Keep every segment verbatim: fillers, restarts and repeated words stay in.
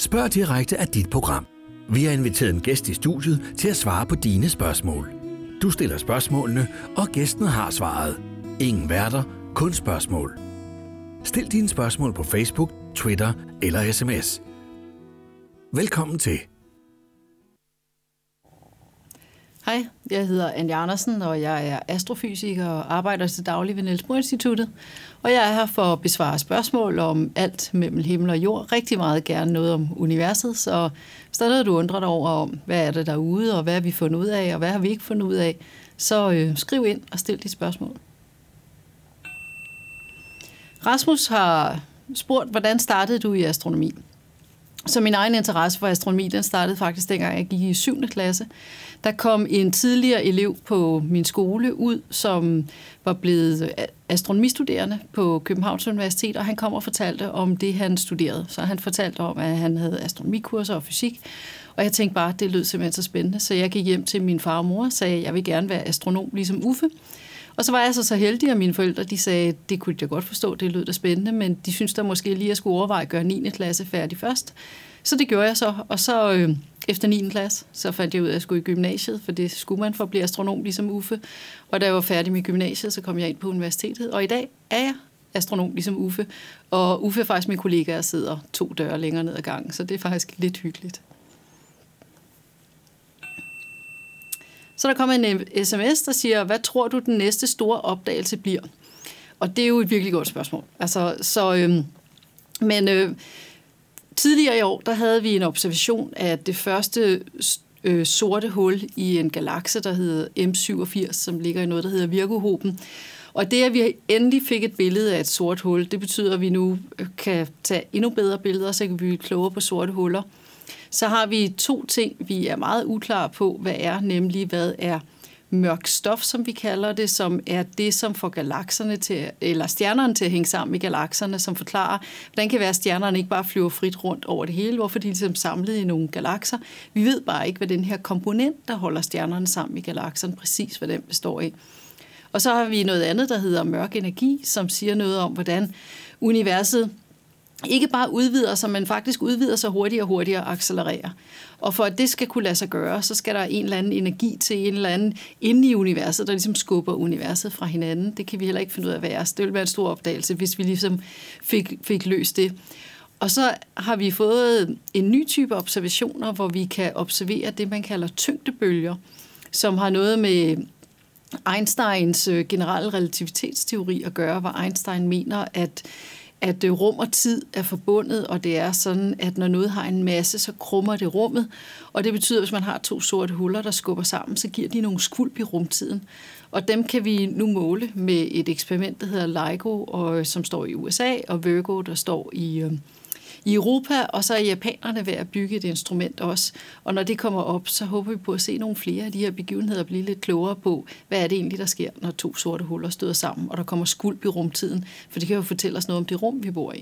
Spørg direkte af dit program. Vi har inviteret en gæst i studiet til at svare på dine spørgsmål. Du stiller spørgsmålene, og gæsten har svaret. Ingen værter, kun spørgsmål. Stil dine spørgsmål på Facebook, Twitter eller sms. Velkommen til. Hej, jeg hedder Anja Andersen, og jeg er astrofysiker og arbejder til daglig ved Niels Bohr Instituttet. Og jeg er her for at besvare spørgsmål om alt mellem himmel og jord. Rigtig meget gerne noget om universet, så hvis der er noget, du undrer dig over om, hvad er det derude, og hvad har vi fundet ud af, og hvad har vi ikke fundet ud af, så øh, skriv ind og stil dit spørgsmål. Rasmus har spurgt, hvordan startede du i astronomi? Så min egen interesse for astronomi, den startede faktisk dengang, jeg gik i syvende klasse. Der kom en tidligere elev på min skole ud, som var blevet astronomistuderende på Københavns Universitet, og han kom og fortalte om det, han studerede. Så han fortalte om, at han havde astronomikurser og fysik, og jeg tænkte bare, at det lød simpelthen så spændende. Så jeg gik hjem til min far og mor og sagde, at jeg vil gerne være astronom, ligesom Uffe. Og så var jeg så så heldig, at mine forældre de sagde, at det kunne jeg godt forstå, det lød da spændende, men de synes der måske lige, at jeg skulle overveje at gøre niende klasse færdig først. Så det gjorde jeg så, og så øh, efter niende klasse, så fandt jeg ud af, at jeg skulle i gymnasiet, for det skulle man for at blive astronom ligesom Uffe. Og da jeg var færdig med gymnasiet, så kom jeg ind på universitetet, og i dag er jeg astronom ligesom Uffe. Og Uffe er faktisk min kollega, jeg sidder to døre længere ned ad gangen, så det er faktisk lidt hyggeligt. Så der kommer en sms, der siger, hvad tror du, den næste store opdagelse bliver? Og det er jo et virkelig godt spørgsmål. Altså, så, øh, men øh, tidligere i år, der havde vi en observation af det første øh, sorte hul i en galakse, der hedder M syvogfirs, som ligger i noget, der hedder Virgo-hoben. Og det, at vi endelig fik et billede af et sort hul, det betyder, at vi nu kan tage endnu bedre billeder, så kan vi blive klogere på sorte huller. Så har vi to ting, vi er meget uklare på, hvad er, nemlig hvad er mørk stof, som vi kalder det, som er det, som får galakserne til, eller stjernerne til at hænge sammen med galakserne, som forklarer, hvordan kan være, at stjernerne ikke bare flyver frit rundt over det hele, hvorfor de er ligesom samlet i nogle galakser. Vi ved bare ikke, hvad den her komponent, der holder stjernerne sammen i galakserne, præcis hvad den består af. Og så har vi noget andet, der hedder mørk energi, som siger noget om, hvordan universet ikke bare udvider sig, men faktisk udvider sig hurtigere og hurtigere og accelererer. Og for at det skal kunne lade sig gøre, så skal der en eller anden energi til, en eller anden inde i universet, der ligesom skubber universet fra hinanden. Det kan vi heller ikke finde ud af, hvad er. Det ville være en stor opdagelse, hvis vi ligesom fik, fik løst det. Og så har vi fået en ny type observationer, hvor vi kan observere det, man kalder tyngdebølger, som har noget med Einsteins generelle relativitetsteori at gøre, hvor Einstein mener, at at rum og tid er forbundet, og det er sådan, at når noget har en masse, så krummer det rummet, og det betyder, at hvis man har to sorte huller, der skubber sammen, så giver de nogle skvulp i rumtiden. Og dem kan vi nu måle med et eksperiment, der hedder LIGO, og, som står i U S A, og Virgo, der står i, øh, i Europa, og så er japanerne ved at bygge et instrument også. Og når det kommer op, så håber vi på at se nogle flere af de her begivenheder og blive lidt klogere på, hvad er det egentlig, der sker, når to sorte huller støder sammen, og der kommer skvulp i rumtiden, for det kan jo fortælle os noget om det rum, vi bor i.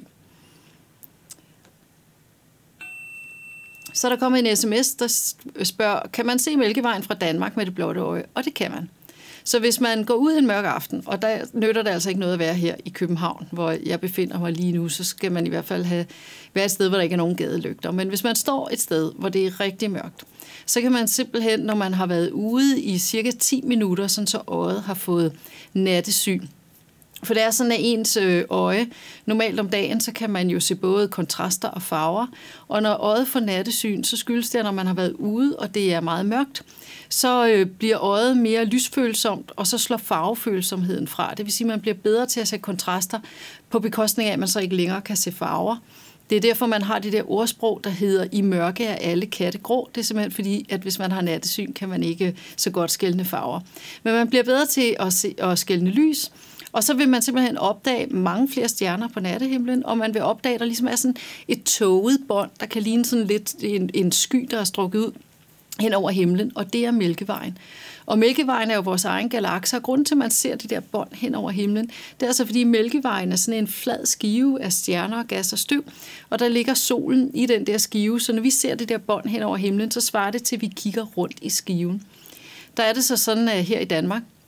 Så der kommer en sms, der spørger, kan man se Mælkevejen fra Danmark med det blotte øje? Og det kan man. Så hvis man går ud en mørk aften, og der nytter det altså ikke noget at være her i København, hvor jeg befinder mig lige nu, så skal man i hvert fald have, være et sted, hvor der ikke er nogen gadelygter. Men hvis man står et sted, hvor det er rigtig mørkt, så kan man simpelthen, når man har været ude i cirka ti minutter, sådan så øjet har fået nattesyn. For det er sådan, at ens øje, normalt om dagen, så kan man jo se både kontraster og farver. Og når øjet får nattesyn, så skyldes det, at når man har været ude, og det er meget mørkt, så øh, bliver øjet mere lysfølsomt, og så slår farvefølsomheden fra. Det vil sige, at man bliver bedre til at se kontraster, på bekostning af, at man så ikke længere kan se farver. Det er derfor, man har det der ordsprog, der hedder, i mørke er alle katte grå. Det er simpelthen fordi, at hvis man har nattesyn, kan man ikke så godt skelne farver. Men man bliver bedre til at, se, at skelne lys, og så vil man simpelthen opdage mange flere stjerner på nattehimlen, og man vil opdage, at der ligesom er sådan et tåget bånd, der kan ligne sådan lidt en, en sky, der er strukket ud hen over himlen, og det er Mælkevejen. Og Mælkevejen er jo vores egen galakse, og grunden til, at man ser det der bånd hen over himlen, det er altså, fordi Mælkevejen er sådan en flad skive af stjerner, gas og støv, og der ligger solen i den der skive, så når vi ser det der bånd hen over himlen, så svarer det til, at vi kigger rundt i skiven. Der er det så sådan, at her i Danmark,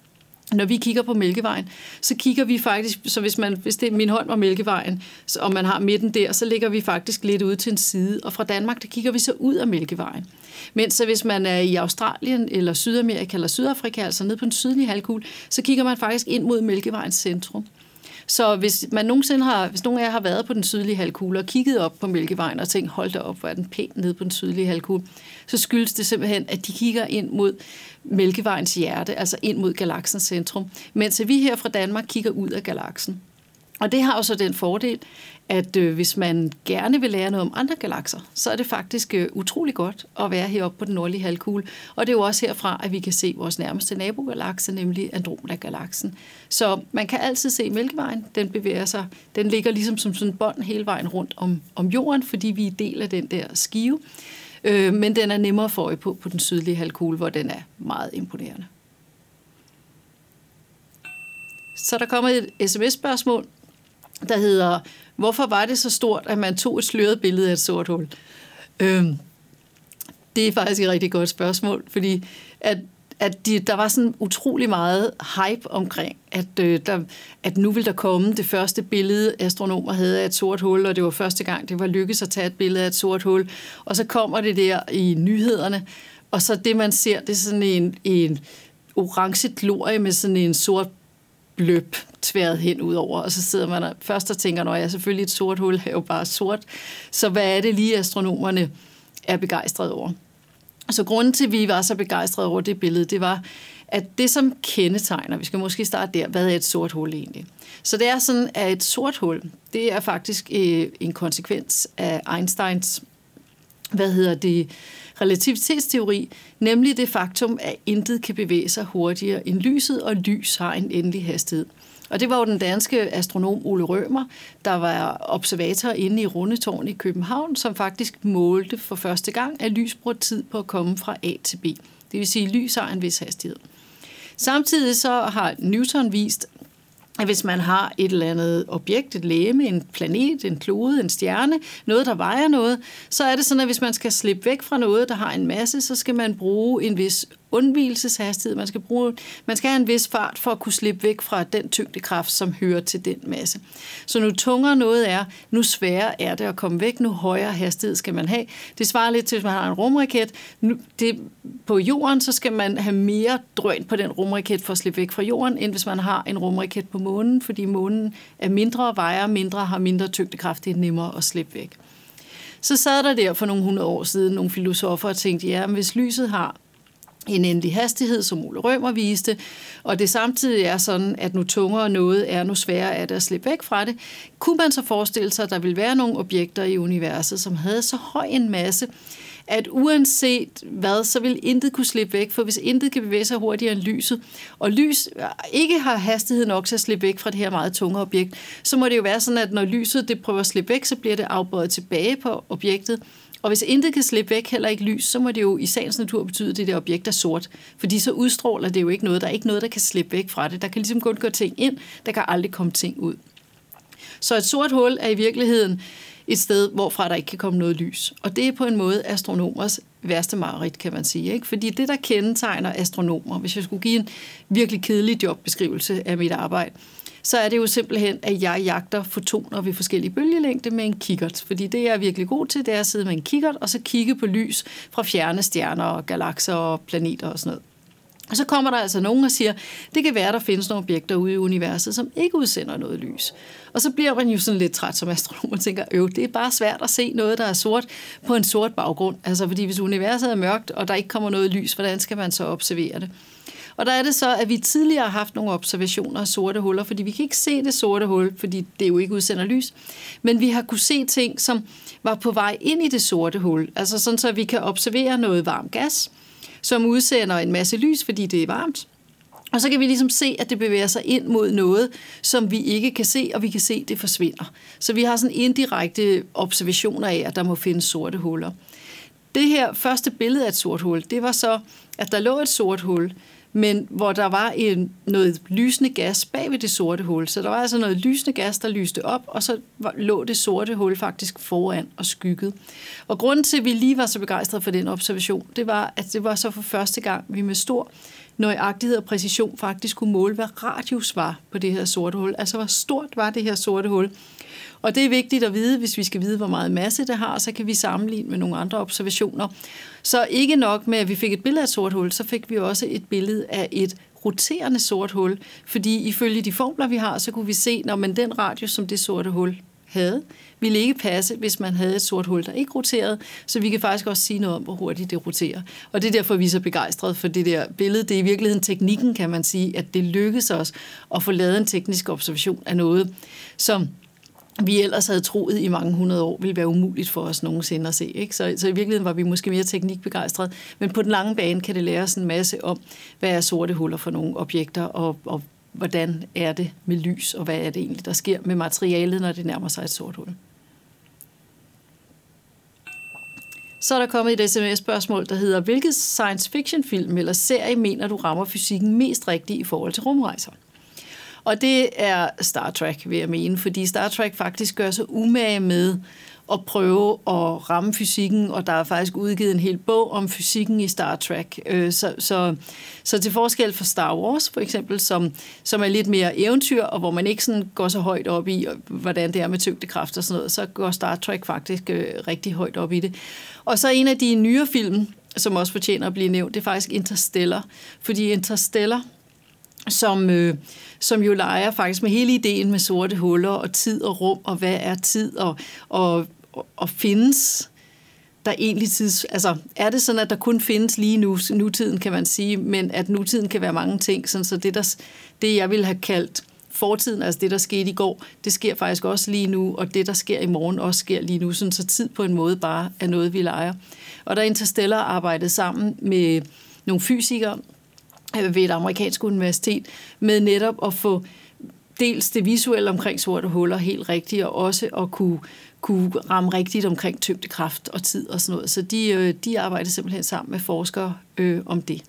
når vi kigger på Mælkevejen, så kigger vi faktisk, så hvis, man, hvis det, min hånd var Mælkevejen, så, og man har midten der, så ligger vi faktisk lidt ud til en side, og fra Danmark, der kigger vi så ud af Mælkevejen. Mens så hvis man er i Australien, eller Sydamerika, eller Sydafrika, altså nede på den sydlige halvkugle, så kigger man faktisk ind mod Mælkevejens centrum. Så hvis man nogensinde har, hvis nogen af jer har været på den sydlige halvkugle og kigget op på Mælkevejen og tænkt, hold da op, hvor er den pænt nede på den sydlige halvkugle, så skyldes det simpelthen, at de kigger ind mod Mælkevejens hjerte, altså ind mod galaksens centrum, mens vi her fra Danmark kigger ud af galaksen. Og det har jo så den fordel, at øh, hvis man gerne vil lære noget om andre galakser, så er det faktisk øh, utrolig godt at være heroppe på den nordlige halvkugle. Og det er jo også herfra, at vi kan se vores nærmeste nabogalakse, nemlig Andromeda-galaksen. Så man kan altid se Mælkevejen. Den bevæger sig, den ligger ligesom som sådan en bånd hele vejen rundt om, om jorden, fordi vi er del af den der skive. Øh, men den er nemmere at få øje på på den sydlige halvkugle, hvor den er meget imponerende. Så der kommer et sms-spørgsmål, der hedder, hvorfor var det så stort, at man tog et sløret billede af et sort hul? Øhm, det er faktisk et rigtig godt spørgsmål, fordi at, at de, der var sådan utrolig meget hype omkring, at, øh, der, at nu vil der komme det første billede, astronomer havde af et sort hul, og det var første gang, det var lykkedes at tage et billede af et sort hul, og så kommer det der i nyhederne, og så det, man ser, det er sådan en, en orange glorie med sådan en sort bløb tværet hen ud over, og så sidder man der først og tænker, når jeg selvfølgelig et sort hul er jo bare sort, så hvad er det lige, astronomerne er begejstrede over? Så grunden til, at vi var så begejstrede over det billede, det var, at det som kendetegner, vi skal måske starte der, hvad er et sort hul egentlig? Så det er sådan, at et sort hul, det er faktisk øh, en konsekvens af Einsteins, hvad hedder det, relativitetsteori, nemlig det faktum, at intet kan bevæge sig hurtigere end lyset, og lys har en endelig hastighed. Og det var jo den danske astronom Ole Rømer, der var observator inde i Rundetårn i København, som faktisk målte for første gang, at lys bruger tid på at komme fra A til B. Det vil sige, at lys har en vis hastighed. Samtidig så har Newton vist, at hvis man har et eller andet objekt, et legeme, en planet, en klode, en stjerne, noget, der vejer noget, så er det sådan, at hvis man skal slippe væk fra noget, der har en masse, så skal man bruge en vis undvigelseshastighed. Man skal, bruge, man skal have en vis fart for at kunne slippe væk fra den tyngdekraft, som hører til den masse. Så nu tungere noget er, nu sværere er det at komme væk, nu højere hastighed skal man have. Det svarer lidt til, hvis man har en rumraket. Nu, det, på jorden, så skal man have mere drøn på den rumraket for at slippe væk fra jorden, end hvis man har en rumraket på månen, fordi månen er mindre, vejer mindre, har mindre tyngdekraft, det er nemmere at slippe væk. Så sad der der for nogle hundrede år siden nogle filosofer og tænkte, ja, men hvis lyset har en endelig hastighed, som Ole Rømer viste, og det samtidig er sådan, at nu tungere noget er, nu sværere er det at slippe væk fra det, kunne man så forestille sig, at der ville være nogle objekter i universet, som havde så høj en masse, at uanset hvad, så vil intet kunne slippe væk, for hvis intet kan bevæge sig hurtigere end lyset, og lys ikke har hastighed nok til at slippe væk fra det her meget tunge objekt, så må det jo være sådan, at når lyset det prøver at slippe væk, så bliver det afbøjet tilbage på objektet. Og hvis intet kan slippe væk, heller ikke lys, så må det jo i sagens natur betyde, at det der objekt er sort. Fordi så udstråler det jo ikke noget. Der er ikke noget, der kan slippe væk fra det. Der kan ligesom kun gå ting ind. Der kan aldrig komme ting ud. Så et sort hul er i virkeligheden et sted, hvorfra der ikke kan komme noget lys. Og det er på en måde astronomers værste mareridt, kan man sige. Ikke? Fordi det, der kendetegner astronomer, hvis jeg skulle give en virkelig kedelig jobbeskrivelse af mit arbejde, så er det jo simpelthen, at jeg jagter fotoner ved forskellige bølgelængder med en kikkert. Fordi det, jeg er virkelig god til, det er at sidde med en kikkert, og så kigge på lys fra fjerne stjerner og galakser og planeter og sådan noget. Og så kommer der altså nogen og siger, det kan være, der findes nogle objekter ude i universet, som ikke udsender noget lys. Og så bliver man jo sådan lidt træt som astronom og tænker, øv, det er bare svært at se noget, der er sort på en sort baggrund. Altså fordi hvis universet er mørkt, og der ikke kommer noget lys, hvordan skal man så observere det? Og der er det så, at vi tidligere har haft nogle observationer af sorte huller, fordi vi kan ikke se det sorte hul, fordi det jo ikke udsender lys. Men vi har kunne se ting, som var på vej ind i det sorte hul. Altså sådan, så vi kan observere noget varm gas, som udsender en masse lys, fordi det er varmt. Og så kan vi ligesom se, at det bevæger sig ind mod noget, som vi ikke kan se, og vi kan se, at det forsvinder. Så vi har sådan indirekte observationer af, at der må findes sorte huller. Det her første billede af et sort hul, det var så, at der lå et sort hul, men hvor der var en, noget lysende gas bag ved det sorte hul. Så der var altså noget lysende gas, der lyste op, og så var, lå det sorte hul faktisk foran og skyggede. Og grunden til, at vi lige var så begejstrede for den observation, det var, at det var så for første gang, vi med stor nøjagtighed og præcision faktisk kunne måle, hvad radius var på det her sorte hul. Altså, hvor stort var det her sorte hul. Og det er vigtigt at vide, hvis vi skal vide, hvor meget masse det har, så kan vi sammenligne med nogle andre observationer. Så ikke nok med, at vi fik et billede af et sort hul, så fik vi også et billede af et roterende sort hul, fordi ifølge de formler, vi har, så kunne vi se, når man den radius, som det sorte hul havde, ville ikke passe, hvis man havde et sort hul, der ikke roterede, så vi kan faktisk også sige noget om, hvor hurtigt det roterer. Og det er derfor, vi er så begejstrede for det der billede. Det er i virkeligheden teknikken, kan man sige, at det lykkes os at få lavet en teknisk observation af noget, som vi ellers havde troet i mange hundrede år, ville være umuligt for os nogensinde at se. Ikke? Så, så i virkeligheden var vi måske mere teknikbegejstrede, men på den lange bane kan det lære os en masse om, hvad er sorte huller for nogle objekter, og, og hvordan er det med lys, og hvad er det egentlig, der sker med materialet, når det nærmer sig et sort hul. Så er der kommet et sms-spørgsmål, der hedder, hvilket science fiction film eller serie mener du rammer fysikken mest rigtigt i forhold til rumrejser? Og det er Star Trek, vil jeg mene, fordi Star Trek faktisk gør sig umage med at prøve at ramme fysikken, og der er faktisk udgivet en hel bog om fysikken i Star Trek. Så, så, så til forskel fra Star Wars, for eksempel, som, som er lidt mere eventyr, og hvor man ikke sådan går så højt op i, hvordan det er med tyngdekraft og sådan noget, så går Star Trek faktisk øh, rigtig højt op i det. Og så en af de nyere film, som også fortjener at blive nævnt, det er faktisk Interstellar. Fordi Interstellar, som, øh, som jo leger faktisk med hele ideen med sorte huller og tid og rum, og hvad er tid, og, og, og findes der egentlig tids... Altså, er det sådan, at der kun findes lige nu, nutiden kan man sige, men at nutiden kan være mange ting, sådan, så det, der, det jeg ville have kaldt fortiden, altså det, der skete i går, det sker faktisk også lige nu, og det, der sker i morgen, også sker lige nu, sådan, så tid på en måde bare er noget, vi leger. Og der Interstellar arbejdede sammen med nogle fysikere, ved et amerikansk universitet, med netop at få dels det visuelle omkring sorte huller helt rigtigt, og også at kunne, kunne ramme rigtigt omkring tyngdekraft og tid og sådan noget. Så de, de arbejdede simpelthen sammen med forskere øh, om det.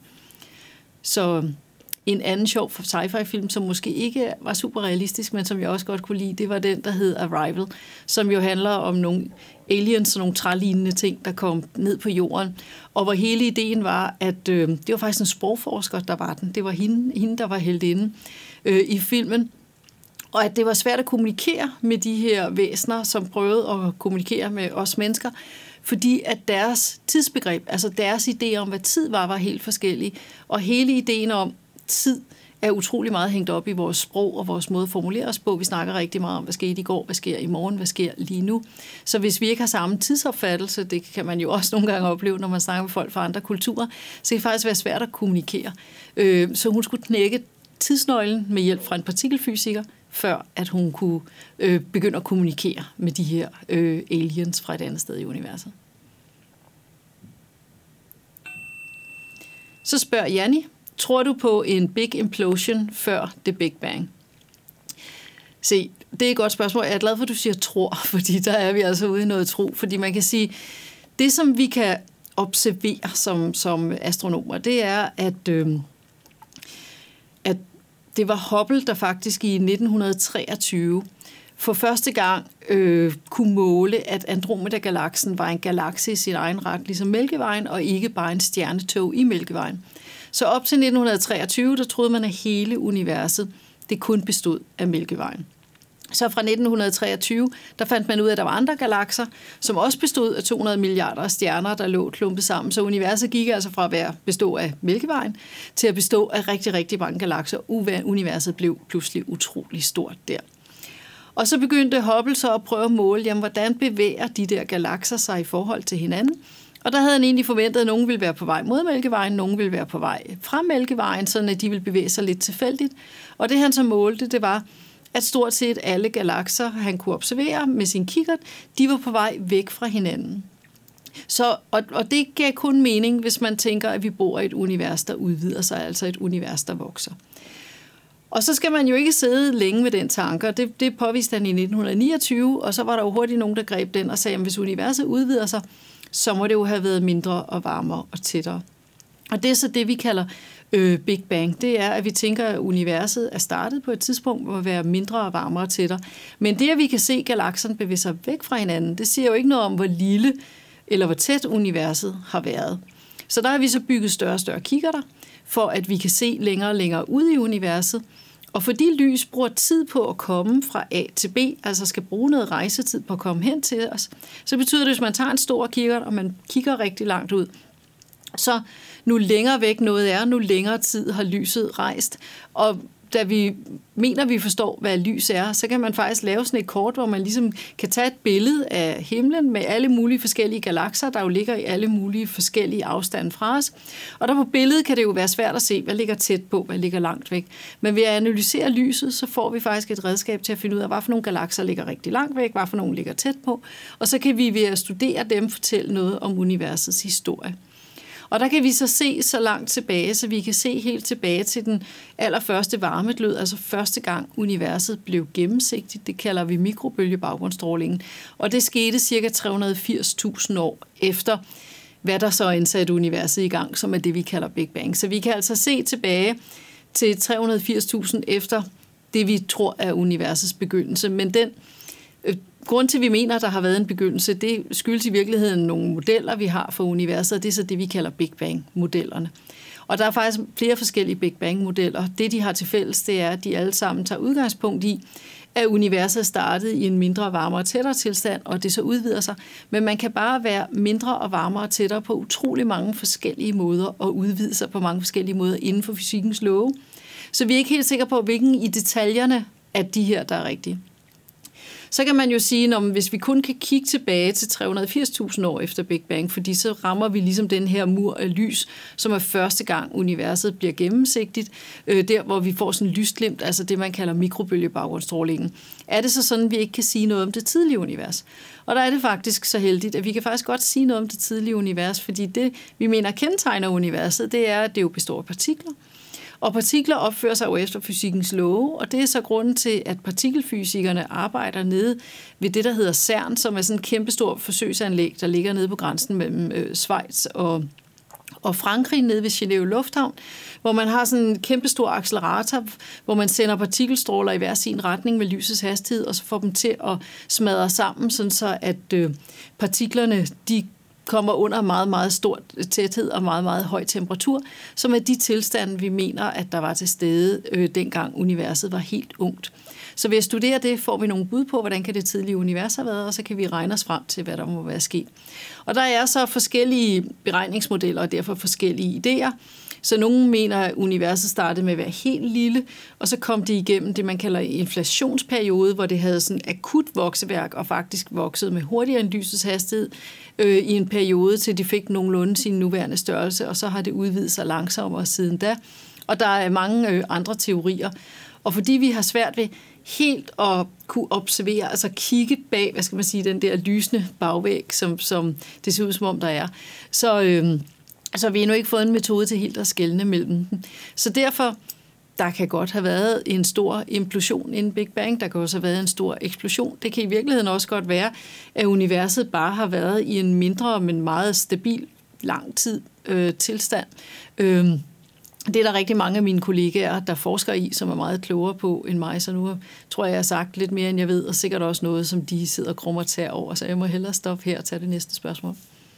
Så en anden sjov sci-fi-film, som måske ikke var super realistisk, men som jeg også godt kunne lide, det var den, der hed Arrival, som jo handler om nogle aliens og nogle trælignende ting, der kom ned på jorden. Og hvor hele ideen var, at øh, det var faktisk en sprogforsker, der var den. Det var hende, hende der var heltinde øh, i filmen. Og at det var svært at kommunikere med de her væsener, som prøvede at kommunikere med os mennesker, fordi at deres tidsbegreb, altså deres idé om, hvad tid var, var helt forskellige. Og hele ideen om tid er utrolig meget hængt op i vores sprog og vores måde at formulere os på. Vi snakker rigtig meget om, hvad skete i går, hvad sker i morgen, hvad sker lige nu. Så hvis vi ikke har samme tidsopfattelse, det kan man jo også nogle gange opleve, når man snakker med folk fra andre kulturer, så kan det faktisk være svært at kommunikere. Så hun skulle knække tidsnøglen med hjælp fra en partikelfysiker, før at hun kunne begynde at kommunikere med de her aliens fra et andet sted i universet. Så spørger Janni, tror du på en big implosion før the Big Bang? Se, det er et godt spørgsmål. Jeg er glad for, at du siger tror, fordi der er vi altså ude i noget tro. Fordi man kan sige, det som vi kan observere som, som astronomer, det er, at, øh, at det var Hubble, der faktisk i nitten treogtyve for første gang øh, kunne måle, at Andromeda-galaksen var en galakse i sin egen ret, ligesom Mælkevejen, og ikke bare en stjernetog i Mælkevejen. Så op til nitten treogtyve, der troede man, at hele universet, det kun bestod af Mælkevejen. Så fra nitten treogtyve, der fandt man ud af, at der var andre galakser, som også bestod af to hundrede milliarder stjerner, der lå klumpet sammen. Så universet gik altså fra at være bestå af Mælkevejen til at bestå af rigtig, rigtig mange galakser. Universet blev pludselig utrolig stort der. Og så begyndte Hubble så at prøve at måle, jamen, hvordan bevæger de der galakser sig i forhold til hinanden. Og der havde han egentlig forventet, at nogen ville være på vej mod Mælkevejen, nogen ville være på vej fra Mælkevejen, så de ville bevæge sig lidt tilfældigt. Og det han så målte, det var, at stort set alle galakser, han kunne observere med sin kikkert, de var på vej væk fra hinanden. Så, og, og det gav kun mening, hvis man tænker, at vi bor i et univers, der udvider sig, altså et univers, der vokser. Og så skal man jo ikke sidde længe med den tanke, det, det påviste han i nitten niogtyve, og så var der jo hurtigt nogen, der greb den og sagde, at hvis universet udvider sig, så må det jo have været mindre og varmere og tættere. Og det er så det, vi kalder øh, Big Bang, det er, at vi tænker, at universet er startet på et tidspunkt, hvor det vil være mindre og varmere og tættere. Men det, at vi kan se galakserne bevæge sig væk fra hinanden, det siger jo ikke noget om, hvor lille eller hvor tæt universet har været. Så der har vi så bygget større og større kikkerter, for at vi kan se længere og længere ud i universet. Og fordi lys bruger tid på at komme fra A til B, altså skal bruge noget rejsetid på at komme hen til os, så betyder det, at hvis man tager en stor kikkert, og man kigger rigtig langt ud, så nu længere væk noget er, nu længere tid har lyset rejst. Og da vi mener, vi forstår, hvad lys er, så kan man faktisk lave sådan et kort, hvor man ligesom kan tage et billede af himlen med alle mulige forskellige galakser, der jo ligger i alle mulige forskellige afstande fra os. Og der på billedet kan det jo være svært at se, hvad ligger tæt på, hvad ligger langt væk. Men ved at analysere lyset, så får vi faktisk et redskab til at finde ud af, hvad for nogle galakser ligger rigtig langt væk, hvad for nogle ligger tæt på. Og så kan vi ved at studere dem fortælle noget om universets historie. Og der kan vi så se så langt tilbage, så vi kan se helt tilbage til den allerførste varmeglød, altså første gang universet blev gennemsigtigt. Det kalder vi mikrobølgebaggrundsstrålingen. Og det skete ca. tre hundrede og firs tusind år efter, hvad der så indsatte universet i gang, som er det, vi kalder Big Bang. Så vi kan altså se tilbage til tre hundrede og firs tusind efter det, vi tror er universets begyndelse. Men den grund til, at vi mener, at der har været en begyndelse, det skyldes i virkeligheden nogle modeller, vi har for universet, og det er så det, vi kalder Big Bang-modellerne. Og der er faktisk flere forskellige Big Bang-modeller. Det, de har til fælles, det er, at de alle sammen tager udgangspunkt i, at universet er startet i en mindre, varmere og tættere tilstand, og det så udvider sig. Men man kan bare være mindre og varmere og tættere på utrolig mange forskellige måder, og udvide sig på mange forskellige måder inden for fysikkens love. Så vi er ikke helt sikre på, hvilken i detaljerne af de her, der er rigtige. Så kan man jo sige, at hvis vi kun kan kigge tilbage til tre hundrede og firs tusind år efter Big Bang, fordi så rammer vi ligesom den her mur af lys, som er første gang universet bliver gennemsigtigt, øh, der hvor vi får sådan en lysglimt, altså det man kalder mikrobølgebaggrundsstrålingen. Er det så sådan, at vi ikke kan sige noget om det tidlige univers? Og der er det faktisk så heldigt, at vi kan faktisk godt sige noget om det tidlige univers, fordi det, vi mener kendetegner universet, det er, at det jo består af partikler. Og partikler opfører sig jo efter fysikkens love, og det er så grunden til, at partikelfysikerne arbejder nede ved det, der hedder CERN, som er sådan et kæmpestort forsøgsanlæg, der ligger nede på grænsen mellem øh, Schweiz og, og Frankrig, nede ved Genève Lufthavn, hvor man har sådan en kæmpestor accelerator, hvor man sender partikelstråler i hver sin retning med lysets hastighed, og så får dem til at smadre sammen, sådan så at øh, partiklerne, de kommer under meget, meget stor tæthed og meget, meget høj temperatur, som er de tilstande, vi mener, at der var til stede, øh, dengang universet var helt ungt. Så ved at studere det, får vi nogle bud på, hvordan kan det tidlige univers have været, og så kan vi regne os frem til, hvad der må være sket. Og der er så forskellige beregningsmodeller, og derfor forskellige idéer. Så nogen mener, at universet startede med at være helt lille, og så kom det igennem det, man kalder inflationsperiode, hvor det havde sådan akut vokseværk, og faktisk voksede med hurtigere end lysets hastighed øh, i en periode, til de fik nogenlunde sin nuværende størrelse, og så har det udvidet sig langsommere siden da. Og der er mange øh, andre teorier. Og fordi vi har svært ved helt at kunne observere, altså kigge bag, hvad skal man sige, den der lysende bagvæg, som, som det ser ud som om der er, så... Øh, Så vi har endnu ikke fået en metode til helt at skelne mellem dem. Så derfor, der kan godt have været en stor implosion inden Big Bang. Der kan også have været en stor eksplosion. Det kan i virkeligheden også godt være, at universet bare har været i en mindre, men meget stabil, lang tid øh, tilstand. Øh, det er der rigtig mange af mine kollegaer, der forsker i, som er meget klogere på end mig. Så nu tror jeg, jeg har sagt lidt mere, end jeg ved, og sikkert også noget, som de sidder og krummer tær over. Så jeg må hellere stoppe her og tage det næste spørgsmål.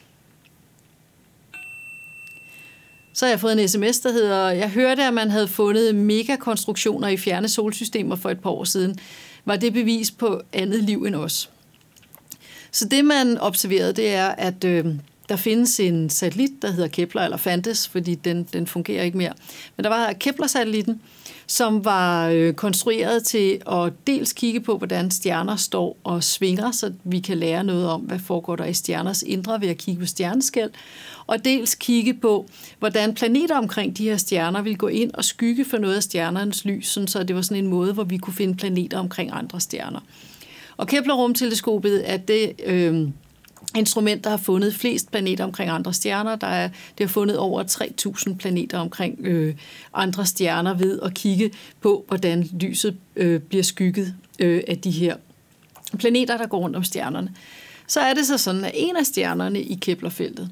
Så har jeg fået en sms, der hedder, jeg hørte, at man havde fundet megakonstruktioner i fjerne solsystemer for et par år siden. Var det bevis på andet liv end os? Så det, man observerede, det er, at øh, der findes en satellit, der hedder Kepler, eller fandtes, fordi den, den fungerer ikke mere. Men der var Kepler-satellitten, som var øh, konstrueret til at dels kigge på, hvordan stjerner står og svinger, så vi kan lære noget om, hvad foregår der i stjerners indre ved at kigge på stjerneskæl, og dels kigge på, hvordan planeter omkring de her stjerner vil gå ind og skygge for noget af stjernernes lys, sådan så det var sådan en måde, hvor vi kunne finde planeter omkring andre stjerner. Og Kepler-rumteleskopet er det øh, instrument, der har fundet flest planeter omkring andre stjerner. Der er, det har fundet over tre tusind planeter omkring øh, andre stjerner ved at kigge på, hvordan lyset øh, bliver skygget øh, af de her planeter, der går rundt om stjernerne. Så er det så sådan, at en af stjernerne i Keplerfeltet,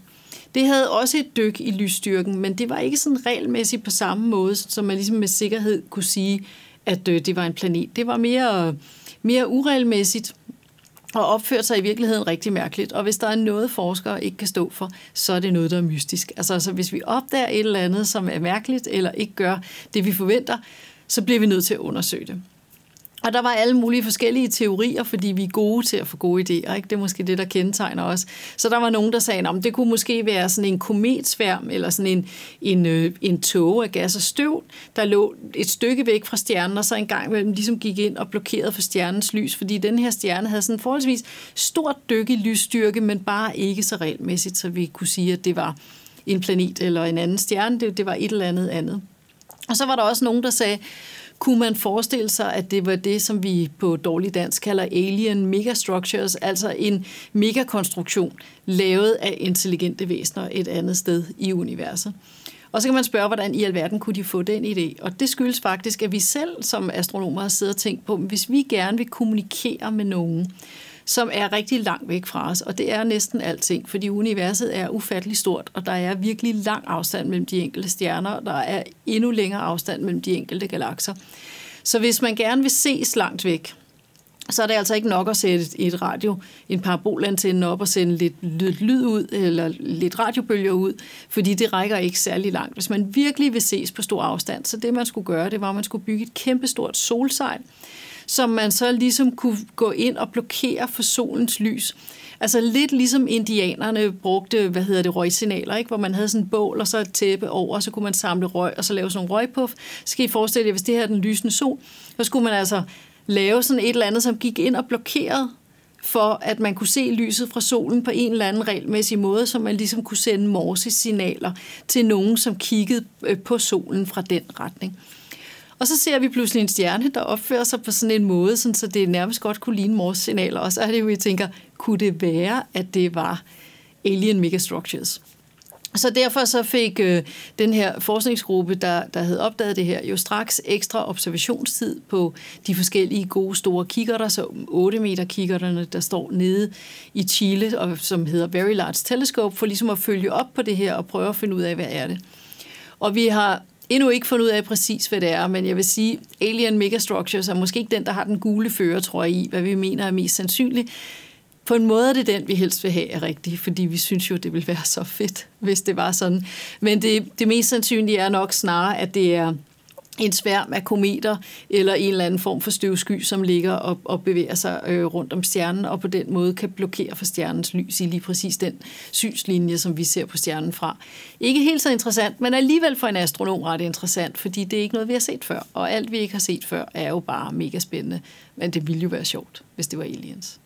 Det havde også et dyk i lysstyrken, men det var ikke sådan regelmæssigt på samme måde, som man ligesom med sikkerhed kunne sige, at det var en planet. Det var mere, mere uregelmæssigt og opførte sig i virkeligheden rigtig mærkeligt. Og hvis der er noget, forskere ikke kan stå for, så er det noget, der er mystisk. Altså, altså hvis vi opdager et eller andet, som er mærkeligt, eller ikke gør det, vi forventer, så bliver vi nødt til at undersøge det. Og der var alle mulige forskellige teorier, fordi vi er gode til at få gode idéer. Ikke? Det er måske det, der kendetegner os. Så der var nogen, der sagde, at det kunne måske være sådan en kometsværm, eller sådan en, en, øh, en tåge af gas og støv, der lå et stykke væk fra stjernen, og så en gang imellem ligesom gik ind og blokerede for stjernens lys, fordi den her stjerne havde sådan en forholdsvis stort dyk i lysstyrke, men bare ikke så regelmæssigt, så vi kunne sige, at det var en planet eller en anden stjerne. Det, det var et eller andet andet. Og så var der også nogen, der sagde, kunne man forestille sig, at det var det, som vi på dårlig dansk kalder alien megastructures, altså en megakonstruktion lavet af intelligente væsener et andet sted i universet. Og så kan man spørge, hvordan i alverden kunne de få den idé? Og det skyldes faktisk, at vi selv som astronomer har siddet og tænkt på, hvis vi gerne vil kommunikere med nogen, som er rigtig langt væk fra os, og det er næsten alting, fordi universet er ufattelig stort, og der er virkelig lang afstand mellem de enkelte stjerner, og der er endnu længere afstand mellem de enkelte galakser. Så hvis man gerne vil ses langt væk, så er det altså ikke nok at sætte et radio, en parabolantenne op og sende lidt lyd ud, eller lidt radiobølger ud, fordi det rækker ikke særlig langt. Hvis man virkelig vil ses på stor afstand, så det man skulle gøre, det var, at man skulle bygge et kæmpestort solsejl, som man så ligesom kunne gå ind og blokere for solens lys. Altså lidt ligesom indianerne brugte, hvad hedder det, røgsignaler, ikke? Hvor man havde sådan en bål og så et tæppe over, og så kunne man samle røg og så lave sådan en røgpuff. Så skal I forestille jer, hvis det her er den lysende sol, så skulle man altså lave sådan et eller andet, som gik ind og blokerede for, at man kunne se lyset fra solen på en eller anden regelmæssig måde, så man ligesom kunne sende morsesignaler til nogen, som kiggede på solen fra den retning. Og så ser vi pludselig en stjerne, der opfører sig på sådan en måde, sådan, så det nærmest godt kunne ligne morsesignaler. Og så er det jo, vi tænker, kunne det være, at det var alien megastructures? Så derfor så fik øh, den her forskningsgruppe, der, der havde opdaget det her, jo straks ekstra observationstid på de forskellige gode store kikkerter, så otte meter kikkerterne, der står nede i Chile, og som hedder Very Large Telescope, for ligesom at følge op på det her og prøve at finde ud af, hvad er det. Og vi har endnu ikke fundet ud af præcis, hvad det er, men jeg vil sige, alien megastructures er måske ikke den, der har den gule førertrøje i, hvad vi mener er mest sandsynligt. På en måde er det den, vi helst vil have er rigtig, fordi vi synes jo, det ville være så fedt, hvis det var sådan. Men det, det mest sandsynlige er nok snarere, at det er en sværm af kometer eller en eller anden form for støvsky, som ligger og, og bevæger sig øh, rundt om stjernen, og på den måde kan blokere for stjernens lys i lige præcis den synslinje, som vi ser på stjernen fra. Ikke helt så interessant, men alligevel for en astronom ret interessant, fordi det er ikke noget, vi har set før, og alt, vi ikke har set før, er jo bare mega spændende. Men det ville jo være sjovt, hvis det var aliens.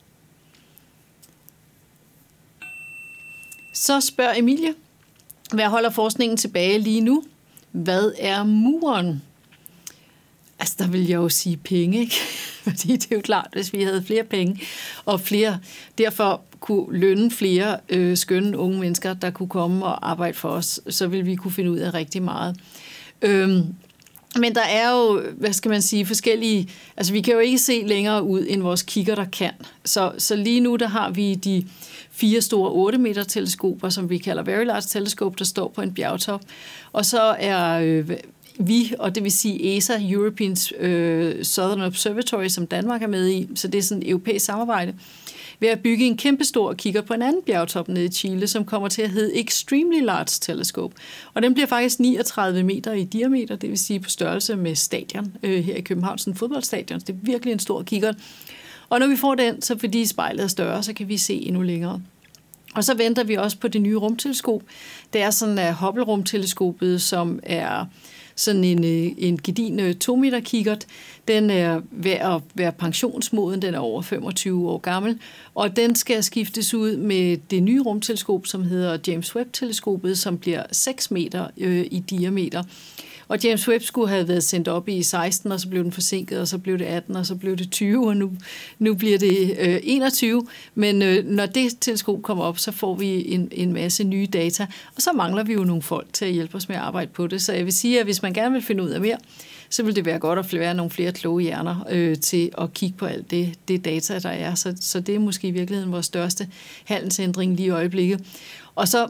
Så spørger Emilie, hvad holder forskningen tilbage lige nu? Hvad er muren? Altså, der vil jeg jo sige penge, ikke? Fordi det er jo klart, hvis vi havde flere penge, og flere, derfor kunne lønne flere øh, skønne unge mennesker, der kunne komme og arbejde for os, så ville vi kunne finde ud af rigtig meget. Øhm, men der er jo, hvad skal man sige, forskellige, altså vi kan jo ikke se længere ud, end vores kigger, der kan. Så, så lige nu, der har vi de fire store otte meter teleskoper, som vi kalder Very Large Telescope, der står på en bjergtop. Og så er øh, vi, og det vil sige E S A, European øh, Southern Observatory, som Danmark er med i, så det er sådan et europæisk samarbejde, ved at bygge en kæmpestor kigger på en anden bjergtop nede i Chile, som kommer til at hedde Extremely Large Telescope. Og den bliver faktisk niogtredive meter i diameter, det vil sige på størrelse med stadion øh, her i København, sådan en fodboldstadion. Det er virkelig en stor kigger. Og når vi får den, så fordi spejlet er større, så kan vi se endnu længere. Og så venter vi også på det nye rumteleskop. Det er sådan uh, Hubble-rumteleskopet, som er sådan en, en gedin to meter kikkert. Den er ved at være pensionsmoden, den er over femogtyve år gammel, og den skal skiftes ud med det nye rumteleskop, som hedder James Webb-teleskopet, som bliver seks meter øh, i diameter. Og James Webb skulle have været sendt op i seksten, og så blev den forsinket, og så blev det atten, og så blev det tyve, og nu, nu bliver det øh, enogtyve. Men øh, når det teleskop kommer op, så får vi en, en masse nye data, og så mangler vi jo nogle folk til at hjælpe os med at arbejde på det. Så jeg vil sige, at hvis man gerne vil finde ud af mere, så vil det være godt at være nogle flere kloge hjerner øh, til at kigge på alt det, det data, der er. Så, så det er måske i virkeligheden vores største handelsændring lige i øjeblikket. Og så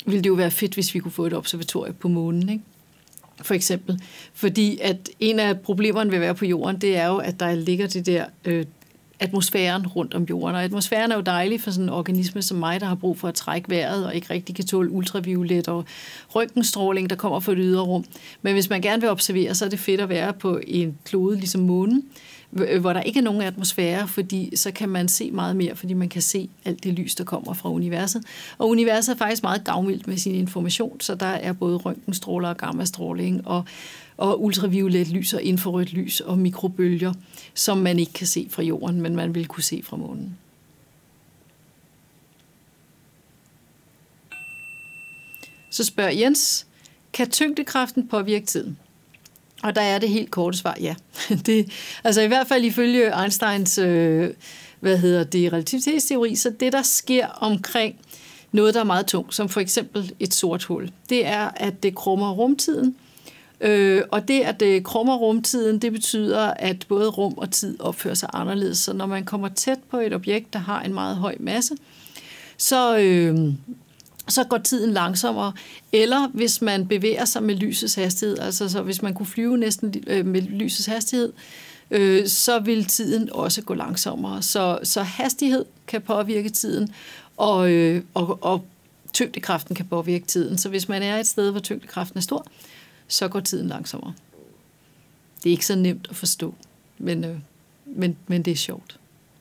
ville det jo være fedt, hvis vi kunne få et observatorium på månen, ikke? For eksempel. Fordi at en af problemerne ved at være på jorden, det er jo, at der ligger det der øh, atmosfæren rundt om jorden. Og atmosfæren er jo dejlig for sådan en organisme som mig, der har brug for at trække vejret, og ikke rigtig kan tåle ultraviolet og røntgenstråling, der kommer fra det ydre rum. Men hvis man gerne vil observere, så er det fedt at være på en klode ligesom månen, hvor der ikke er nogen atmosfære, fordi så kan man se meget mere, fordi man kan se alt det lys, der kommer fra universet. Og universet er faktisk meget gavmildt med sin information, så der er både røntgenstråler og gammastråling og, og ultraviolet lys og infrarødt lys og mikrobølger, som man ikke kan se fra jorden, men man vil kunne se fra månen. Så spørger Jens, kan tyngdekraften påvirke tiden? Og der er det helt korte svar, ja. Det, altså i hvert fald ifølge Einsteins øh, hvad hedder det, relativitetsteori, så det, der sker omkring noget, der er meget tungt, som for eksempel et sort hul, det er, at det krummer rumtiden. Øh, og det, at det krummer rumtiden, det betyder, at både rum og tid opfører sig anderledes. Så når man kommer tæt på et objekt, der har en meget høj masse, så... Øh, så går tiden langsommere, eller hvis man bevæger sig med lysets hastighed, altså så hvis man kunne flyve næsten øh, med lysets hastighed, øh, så vil tiden også gå langsommere. Så, så hastighed kan påvirke tiden, og, øh, og, og tyngdekraften kan påvirke tiden. Så hvis man er et sted, hvor tyngdekraften er stor, så går tiden langsommere. Det er ikke så nemt at forstå, men, øh, men, men det er sjovt.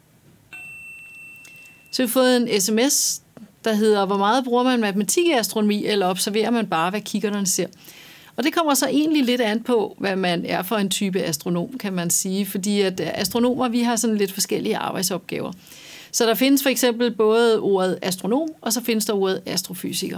Så vi har fået en sms, der hedder, hvor meget bruger man matematik i astronomi, eller observerer man bare, hvad kiggerne ser? Og det kommer så egentlig lidt an på, hvad man er for en type astronom, kan man sige, fordi at astronomer, vi har sådan lidt forskellige arbejdsopgaver. Så der findes for eksempel både ordet astronom, og så findes der ordet astrofysiker.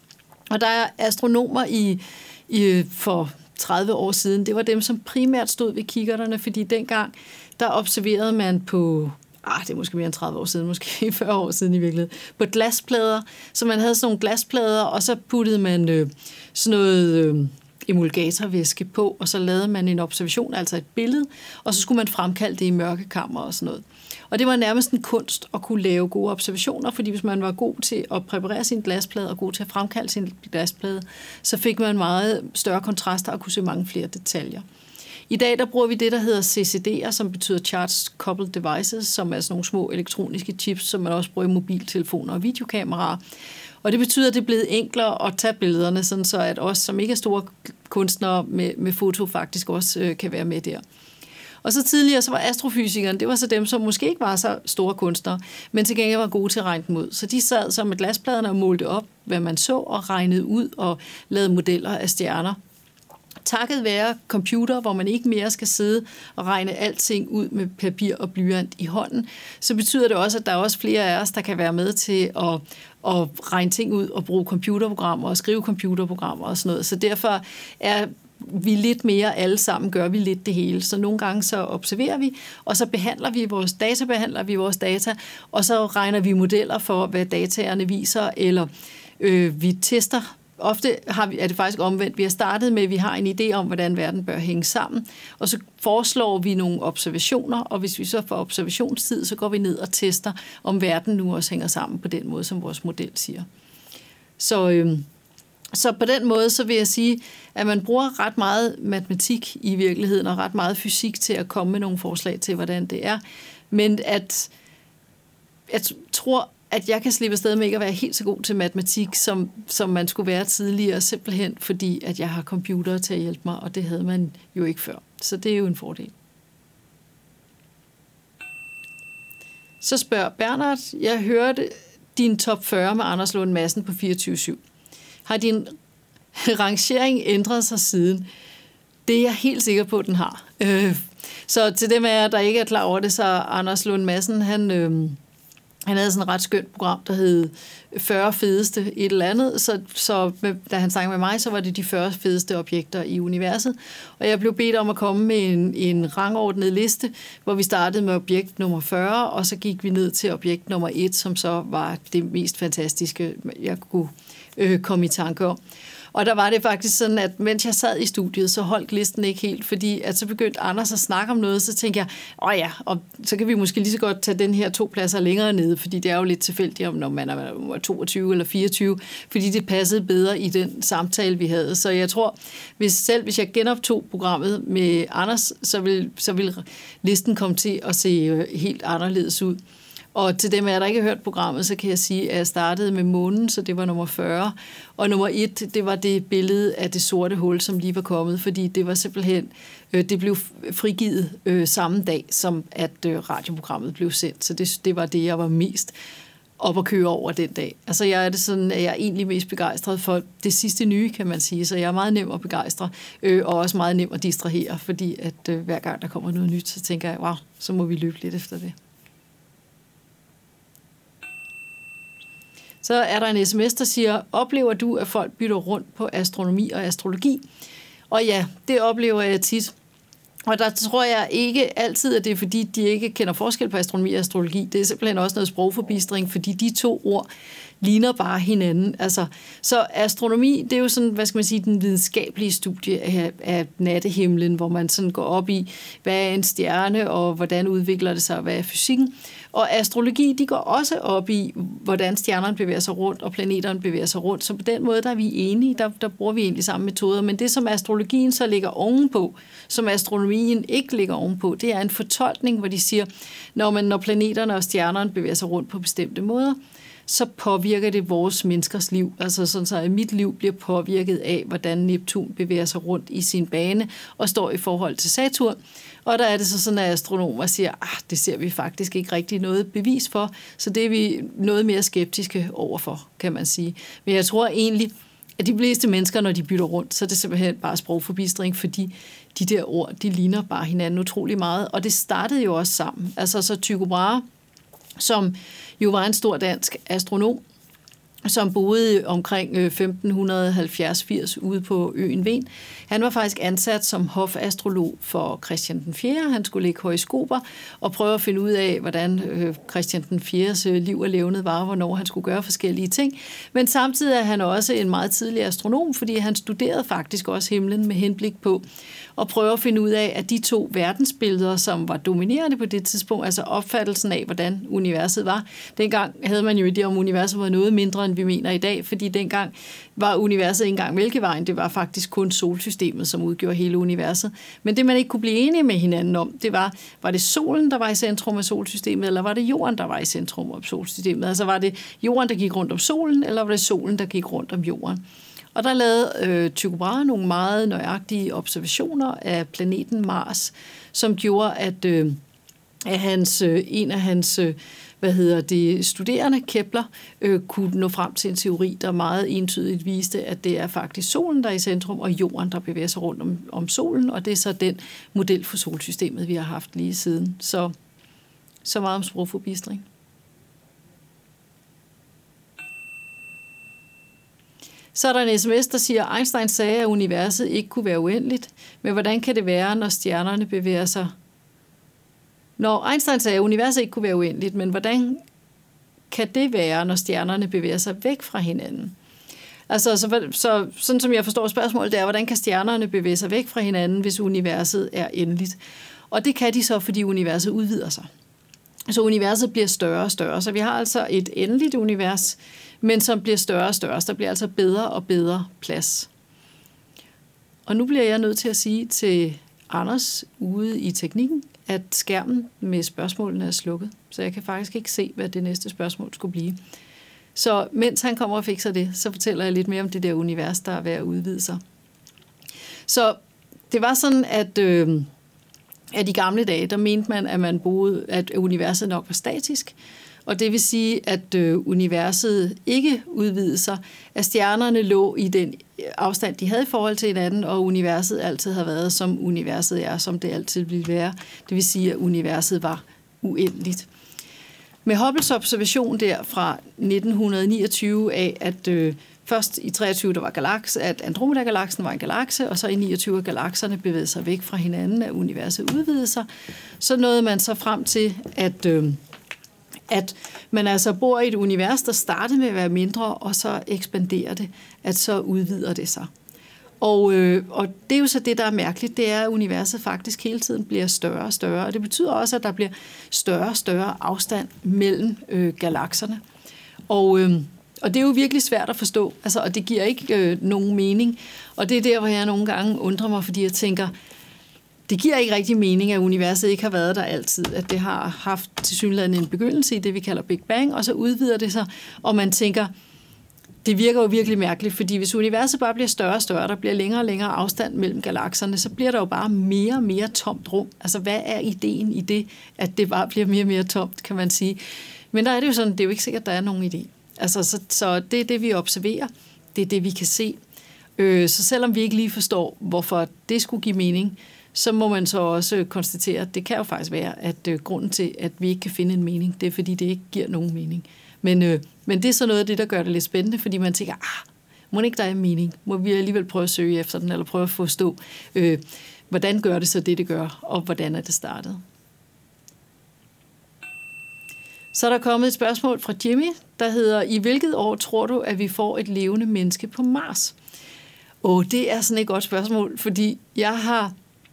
Og der er astronomer i, i for tredive år siden, det var dem, som primært stod ved kikkerterne, fordi dengang, der observerede man på... Ah, det er måske mere end tredive år siden, måske fyrre år siden i virkeligheden, på glasplader. Så man havde sådan nogle glasplader, og så puttede man øh, sådan noget øh, emulgatorvæske på, og så lavede man en observation, altså et billede, og så skulle man fremkalde det i mørkekammer og sådan noget. Og det var nærmest en kunst at kunne lave gode observationer, fordi hvis man var god til at præparere sin glasplade og god til at fremkalde sin glasplade, så fik man meget større kontraster og kunne se mange flere detaljer. I dag der bruger vi det, der hedder C C D'er, som betyder Charged Coupled Devices, som er sådan nogle små elektroniske chips, som man også bruger i mobiltelefoner og videokameraer. Og det betyder, at det er blevet enklere at tage billederne, sådan så at os, som ikke er store kunstnere med, med foto, faktisk også øh, kan være med der. Og så tidligere, så var astrofysikeren, det var så dem, som måske ikke var så store kunstnere, men til gengæld var gode til at regne dem ud. Så de sad så med glaspladerne og målte op, hvad man så, og regnede ud og lavede modeller af stjerner. Takket være computer, hvor man ikke mere skal sidde og regne alting ud med papir og blyant i hånden, så betyder det også, at der er også flere af os, der kan være med til at, at regne ting ud og bruge computerprogrammer og skrive computerprogrammer og sådan noget. Så derfor er vi lidt mere alle sammen, gør vi lidt det hele. Så nogle gange så observerer vi, og så behandler vi vores data, behandler vi vores data, og så regner vi modeller for, hvad dataerne viser, eller øh, vi tester. Ofte har vi, er det faktisk omvendt. Vi har startet med, at vi har en idé om, hvordan verden bør hænge sammen, og så foreslår vi nogle observationer, og hvis vi så får observationstid, så går vi ned og tester, om verden nu også hænger sammen på den måde, som vores model siger. Så, øhm, så på den måde, så vil jeg sige, at man bruger ret meget matematik i virkeligheden, og ret meget fysik til at komme med nogle forslag til, hvordan det er. Men at jeg tror, at jeg kan slippe afsted med ikke at være helt så god til matematik, som, som man skulle være tidligere, simpelthen fordi, at jeg har computer til at hjælpe mig, og det havde man jo ikke før. Så det er jo en fordel. Så spørger Bernhard, jeg hørte din top fyrre med Anders Lund Madsen på fireogtyve syv. Har din rangering ændret sig siden? Det er jeg helt sikker på, at den har. Så til dem af jer, der ikke er klar over det, så Anders Lund Madsen, han... Han havde sådan et ret skønt program, der hed fyrre fedeste et eller andet, så, så da han snakkede med mig, så var det de fyrre fedeste objekter i universet. Og jeg blev bedt om at komme med en, en rangordnet liste, hvor vi startede med objekt nummer fyrre, og så gik vi ned til objekt nummer et, som så var det mest fantastiske, jeg kunne øh, komme i tanke om. Og der var det faktisk sådan, at mens jeg sad i studiet, så holdt listen ikke helt, fordi at så begyndte Anders at snakke om noget, så tænkte jeg, åh ja, og så kan vi måske lige så godt tage den her to pladser længere nede, fordi det er jo lidt tilfældigt, om når man er toogtyve eller fireogtyve, fordi det passede bedre i den samtale, vi havde. Så jeg tror, hvis selv hvis jeg genoptog programmet med Anders, så vil, så vil listen komme til at se helt anderledes ud. Og til dem, der ikke har hørt programmet, så kan jeg sige, at jeg startede med månen, så det var nummer fyrre. Og nummer et, det var det billede af det sorte hul, som lige var kommet, fordi det var simpelthen, øh, det blev frigivet øh, samme dag, som at øh, radioprogrammet blev sendt. Så det, det var det, jeg var mest op at køre over den dag. Altså jeg er det sådan, at jeg er egentlig mest begejstret for det sidste nye, kan man sige. Så jeg er meget nem at begejstre, øh, og også meget nem at distrahere, fordi at øh, hver gang der kommer noget nyt, så tænker jeg, wow, så må vi løbe lidt efter det. Så er der en sms, der siger, oplever du, at folk bytter rundt på astronomi og astrologi? Og ja, det oplever jeg tit. Og der tror jeg ikke altid, at det er fordi, de ikke kender forskel på astronomi og astrologi. Det er simpelthen også noget sprogforbistring, fordi de to ord ligner bare hinanden. Altså, så astronomi, det er jo sådan, hvad skal man sige, den videnskabelige studie af, af nattehimlen, hvor man sådan går op i, hvad er en stjerne, og hvordan udvikler det sig, hvad er fysikken. Og astrologi, de går også op i, hvordan stjernerne bevæger sig rundt, og planeterne bevæger sig rundt. Så på den måde, der er vi enige, der, der bruger vi egentlig samme metoder. Men det, som astrologien så ligger ovenpå, som astronomien ikke ligger ovenpå, det er en fortolkning, hvor de siger, når, man, når planeterne og stjernerne bevæger sig rundt på bestemte måder, så påvirker det vores menneskers liv. Altså sådan så, at mit liv bliver påvirket af, hvordan Neptun bevæger sig rundt i sin bane og står i forhold til Saturn. Og der er det så sådan, at astronomer siger, ah, det ser vi faktisk ikke rigtig noget bevis for, så det er vi noget mere skeptiske overfor, kan man sige. Men jeg tror egentlig, at de fleste mennesker, når de bytter rundt, så er det simpelthen bare sprogforbistring, fordi de der ord, de ligner bare hinanden utrolig meget. Og det startede jo også sammen. Altså så Tycho Brahe, som jo var en stor dansk astronom, som boede omkring femten halvfjerds firs ude på øen Hven. Han var faktisk ansat som hofastrolog for Christian den fjerde. Han skulle lægge horoskoper og prøve at finde ud af, hvordan Christian den fjerdes liv og levned var, og hvornår han skulle gøre forskellige ting. Men samtidig er han også en meget tidlig astronom, fordi han studerede faktisk også himlen med henblik på at prøve at finde ud af, at de to verdensbilleder, som var dominerende på det tidspunkt, altså opfattelsen af, hvordan universet var. Dengang havde man jo idé om, universet var noget mindre, end vi mener i dag, fordi dengang var universet ikke engang Mælkevejen, det var faktisk kun solsystemet, som udgjorde hele universet. Men det, man ikke kunne blive enige med hinanden om, det var, var det solen, der var i centrum af solsystemet, eller var det jorden, der var i centrum af solsystemet? Altså var det jorden, der gik rundt om solen, eller var det solen, der gik rundt om jorden? Og der lavede øh, Tycho Brahe nogle meget nøjagtige observationer af planeten Mars, som gjorde, at, øh, at hans, øh, en af hans øh, hvad hedder det, studerende, Kepler, øh, kunne nå frem til en teori, der meget entydigt viste, at det er faktisk solen, der er i centrum, og jorden, der bevæger sig rundt om, om solen, og det er så den model for solsystemet, vi har haft lige siden. Så, så meget om sprogforbistring. Så er der en sms, der siger, at Einstein sagde, at universet ikke kunne være uendeligt, men hvordan kan det være, når stjernerne bevæger sig? Når Einstein sagde, at universet ikke kunne være uendeligt, men hvordan kan det være, når stjernerne bevæger sig væk fra hinanden? Altså, så, så, sådan som jeg forstår spørgsmålet, det er, hvordan kan stjernerne bevæge sig væk fra hinanden, hvis universet er endeligt? Og det kan de så, fordi universet udvider sig. Så universet bliver større og større. Så vi har altså et endeligt univers, men som bliver større og større. Så der bliver altså bedre og bedre plads. Og nu bliver jeg nødt til at sige til Anders ude i teknikken, at skærmen med spørgsmålene er slukket. Så jeg kan faktisk ikke se, hvad det næste spørgsmål skulle blive. Så mens han kommer og fikser det, så fortæller jeg lidt mere om det der univers, der er ved at udvide sig. Så det var sådan, at, øh, at i gamle dage, der mente man, at man boede, at universet nok var statisk. Og det vil sige, at øh, universet ikke udvidede sig, at stjernerne lå i den afstand, de havde i forhold til hinanden, og universet altid har været, som universet er, som det altid vil være. Det vil sige, at universet var uendeligt. Med Hubbles observation der fra nitten niogtyve af, at øh, først i treogtyve der var galakse, at Andromeda-galaksen var en galakse, og så i niogtyve galakserne bevægede sig væk fra hinanden, at universet udvidede sig, så nåede man så frem til, at... Øh, at man altså bor i et univers, der starter med at være mindre, og så ekspanderer det, at så udvider det sig. Og, øh, og det er jo så det, der er mærkeligt, det er, at universet faktisk hele tiden bliver større og større, og det betyder også, at der bliver større og større afstand mellem øh, galakserne. Og, øh, og det er jo virkelig svært at forstå, altså, og det giver ikke øh, nogen mening, og det er der, hvor jeg nogle gange undrer mig, fordi jeg tænker, det giver ikke rigtig mening, at universet ikke har været der altid, at det har haft tilsyneladende en begyndelse i det, vi kalder Big Bang, og så udvider det sig, og man tænker, det virker jo virkelig mærkeligt, fordi hvis universet bare bliver større og større, der bliver længere og længere afstand mellem galakserne, så bliver der jo bare mere og mere tomt rum. Altså, hvad er ideen i det, at det bare bliver mere og mere tomt, kan man sige. Men der er det jo sådan, det er jo ikke sikkert, at der er nogen idé. Altså, så, så det er det, vi observerer. Det er det, vi kan se. Øh, så selvom vi ikke lige forstår, hvorfor det skulle give mening, så må man så også konstatere, at det kan jo faktisk være, at øh, grunden til, at vi ikke kan finde en mening, det er, fordi det ikke giver nogen mening. Men, øh, men det er så noget af det, der gør det lidt spændende, fordi man tænker, ah, må ikke der er en mening? Må vi alligevel prøve at søge efter den, eller prøve at forstå, øh, hvordan gør det så det, det gør, og hvordan er det startet? Så er der kommet et spørgsmål fra Jimmy, der hedder, i hvilket år tror du, at vi får et levende menneske på Mars? Og det er sådan et godt spørgsmål, fordi jeg har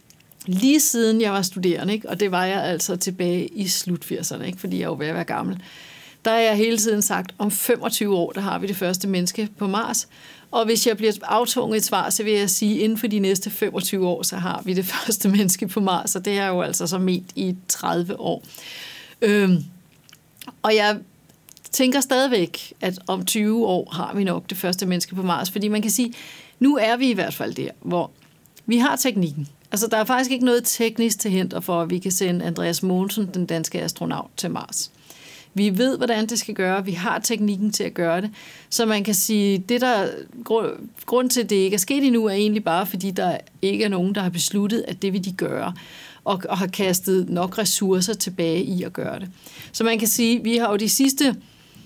lige siden jeg var studerende, ikke, og det var jeg altså tilbage i slut firserne, ikke, fordi jeg er jo ved at være gammel, der har jeg hele tiden sagt, om femogtyve år, der har vi det første menneske på Mars. Og hvis jeg bliver aftunget et svar, så vil jeg sige, inden for de næste femogtyve år, så har vi det første menneske på Mars. Og det er jo altså så ment i tredive år. Øhm, og jeg tænker stadigvæk, at om tyve år har vi nok det første menneske på Mars. Fordi man kan sige, nu er vi i hvert fald der, hvor vi har teknikken. Altså, der er faktisk ikke noget teknisk til henter for, at vi kan sende Andreas Mogensen, den danske astronaut, til Mars. Vi ved, hvordan det skal gøre. Vi har teknikken til at gøre det. Så man kan sige, det der grund til, at det ikke er sket endnu, er egentlig bare, fordi der ikke er nogen, der har besluttet, at det vil de gøre, og, og har kastet nok ressourcer tilbage i at gøre det. Så man kan sige, vi har jo de sidste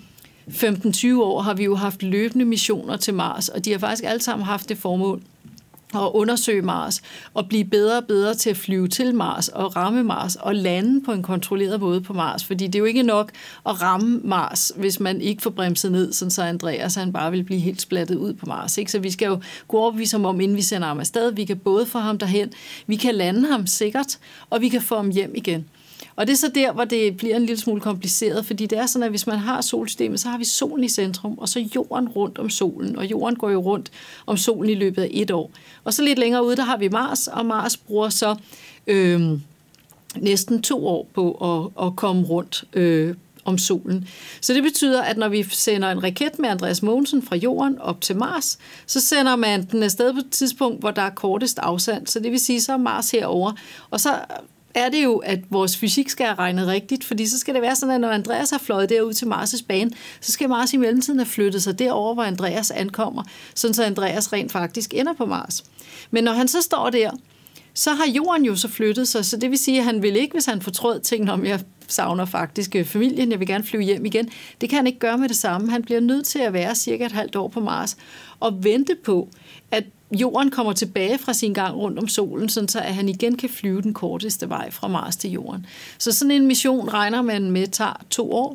femten til tyve år, har vi jo haft løbende missioner til Mars, og de har faktisk alle sammen haft det formål at undersøge Mars, og blive bedre og bedre til at flyve til Mars, og ramme Mars, og lande på en kontrolleret måde på Mars. Fordi det er jo ikke nok at ramme Mars, hvis man ikke får bremset ned, sådan så Andreas han bare vil blive helt splattet ud på Mars. Ikke? Så vi skal jo gå overbevise ham om, inden vi sender ham afsted. Vi kan både få ham derhen, vi kan lande ham sikkert, og vi kan få ham hjem igen. Og det er så der, hvor det bliver en lille smule kompliceret, fordi det er sådan, at hvis man har solsystemet, så har vi solen i centrum, og så jorden rundt om solen, og jorden går jo rundt om solen i løbet af et år. Og så lidt længere ude, der har vi Mars, og Mars bruger så øh, næsten to år på at, at komme rundt øh, om solen. Så det betyder, at når vi sender en raket med Andreas Mogensen fra jorden op til Mars, så sender man den afsted på et tidspunkt, hvor der er kortest afstand, så det vil sige, så er Mars herovre, og så er det jo, at vores fysik skal have regnet rigtigt, fordi så skal det være sådan, at når Andreas har fløjet derud til Mars' bane, så skal Mars i mellemtiden have flyttet sig derover, hvor Andreas ankommer, sådan så Andreas rent faktisk ender på Mars. Men når han så står der, så har jorden jo så flyttet sig, så det vil sige, at han vil ikke, hvis han fortrød ting om, jeg savner faktisk familien, jeg vil gerne flyve hjem igen. Det kan han ikke gøre med det samme. Han bliver nødt til at være cirka et halvt år på Mars og vente på, at jorden kommer tilbage fra sin gang rundt om solen, sådan så at han igen kan flyve den korteste vej fra Mars til jorden. Så sådan en mission regner man med tager to år.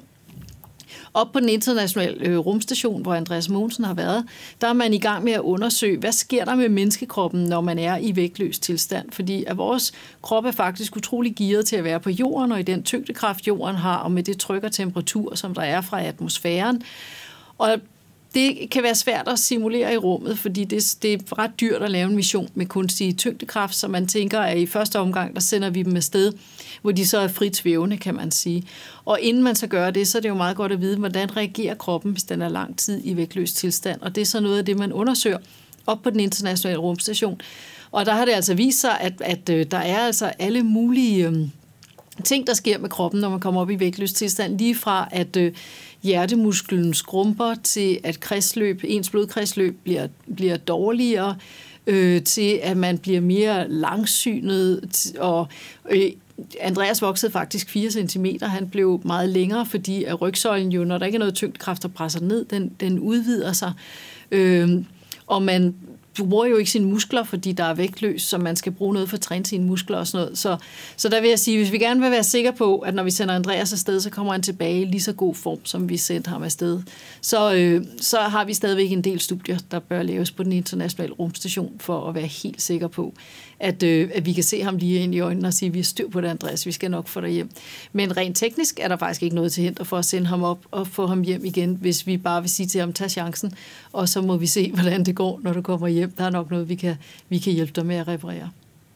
Op på den internationale rumstation, hvor Andreas Mogensen har været, der er man i gang med at undersøge, hvad sker der med menneskekroppen, når man er i vægtløs tilstand. Fordi at vores krop er faktisk utrolig gearet til at være på jorden, og i den tyngdekraft, jorden har, og med det tryk og temperatur, som der er fra atmosfæren. Og det kan være svært at simulere i rummet, fordi det, det er ret dyrt at lave en mission med kunstig tyngdekraft, så man tænker, at i første omgang, der sender vi dem afsted, hvor de så er frit svævende, kan man sige. Og inden man så gør det, så er det jo meget godt at vide, hvordan reagerer kroppen, hvis den er lang tid i vægtløs tilstand. Og det er så noget af det, man undersøger op på den internationale rumstation. Og der har det altså vist sig, at, at der er altså alle mulige øhm, ting, der sker med kroppen, når man kommer op i vægtløs tilstand, lige fra at øh, hjertemusklen skrumper til at kredsløb, ens blodkredsløb bliver, bliver dårligere, øh, til at man bliver mere langsynet. Og øh, Andreas voksede faktisk fire centimeter. Han blev meget længere, fordi at rygsøjlen jo, når der ikke er noget tyngdekraft, der presser ned, den, den udvider sig. Øh, og man bruger jo ikke sine muskler, fordi der er vægtløs, så man skal bruge noget for at træne sine muskler og sådan noget. Så, så der vil jeg sige, hvis vi gerne vil være sikre på, at når vi sender Andreas afsted, så kommer han tilbage i lige så god form, som vi sendte ham afsted, så, øh, så har vi stadigvæk en del studier, der bør laves på den internationale rumstation, for at være helt sikre på, at, øh, at vi kan se ham lige ind i øjnene og sige, at vi er styr på det, Andreas, vi skal nok få dig hjem. Men rent teknisk er der faktisk ikke noget til hinder for at sende ham op og få ham hjem igen, hvis vi bare vil sige til ham, tag chancen, og så må vi se, hvordan det går, når du kommer hjem. Der er nok noget, vi kan, vi kan hjælpe dig med at reparere.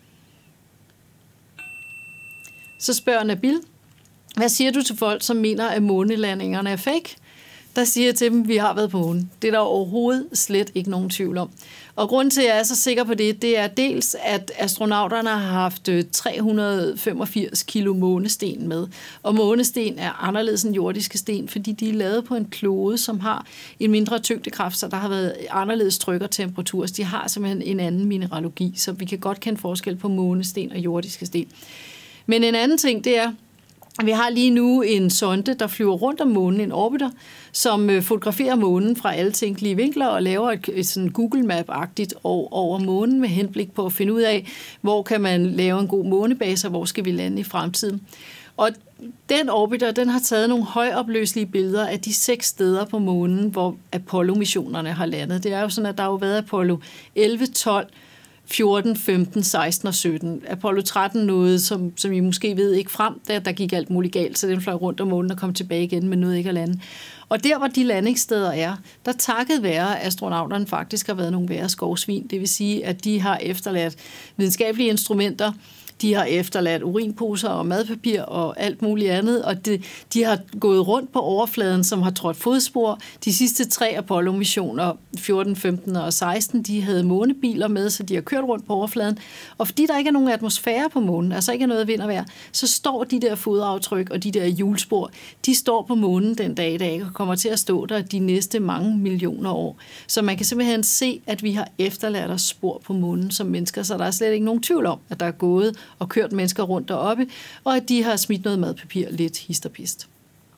Så spørger Nabil, hvad siger du til folk, som mener, at månelandingerne er fake? Der siger jeg til dem, at vi har været på månen. Det er der overhovedet slet ikke nogen tvivl om. Og grunden til, at jeg er så sikker på det, det er dels, at astronauterne har haft tre hundrede og femogfirs kilo månesten med. Og månesten er anderledes end jordiske sten, fordi de er lavet på en klode, som har en mindre tyngdekraft, så der har været anderledes tryk og temperatur. Så de har simpelthen en anden mineralogi, så vi kan godt kende forskel på månesten og jordiske sten. Men en anden ting, det er, vi har lige nu en sonde, der flyver rundt om månen, en orbiter, som fotograferer månen fra alle tænkelige vinkler og laver et, et sådan Google Map-agtigt over månen med henblik på at finde ud af, hvor kan man lave en god månebase, og hvor skal vi lande i fremtiden. Og den orbiter, den har taget nogle højopløselige billeder af de seks steder på månen, hvor Apollo-missionerne har landet. Det er jo sådan, at der har jo været Apollo elleve, tolv, fjorten, femten, seksten og sytten. Apollo tretten nåede, som, som I måske ved, ikke frem, der, der gik alt muligt galt, så den fløj rundt om månen og kom tilbage igen, men nåede ikke at lande. Og der, hvor de landingssteder er, der takket være, at astronauterne faktisk har været nogle værre skovsvin. Det vil sige, at de har efterladt videnskabelige instrumenter, de har efterladt urinposer og madpapir og alt muligt andet, og de, de har gået rundt på overfladen, som har trådt fodspor. De sidste tre Apollo-missioner, fjorten, femten og seksten, de havde månebiler med, så de har kørt rundt på overfladen. Og fordi der ikke er nogen atmosfære på månen, altså ikke er noget vind og vejr, så står de der fodaftryk og de der hjulspor, de står på månen den dag i dag og kommer til at stå der de næste mange millioner år. Så man kan simpelthen se, at vi har efterladt os spor på månen som mennesker, så der er slet ikke nogen tvivl om, at der er gået og kørt mennesker rundt deroppe, og at de har smidt noget madpapir lidt hist og pist.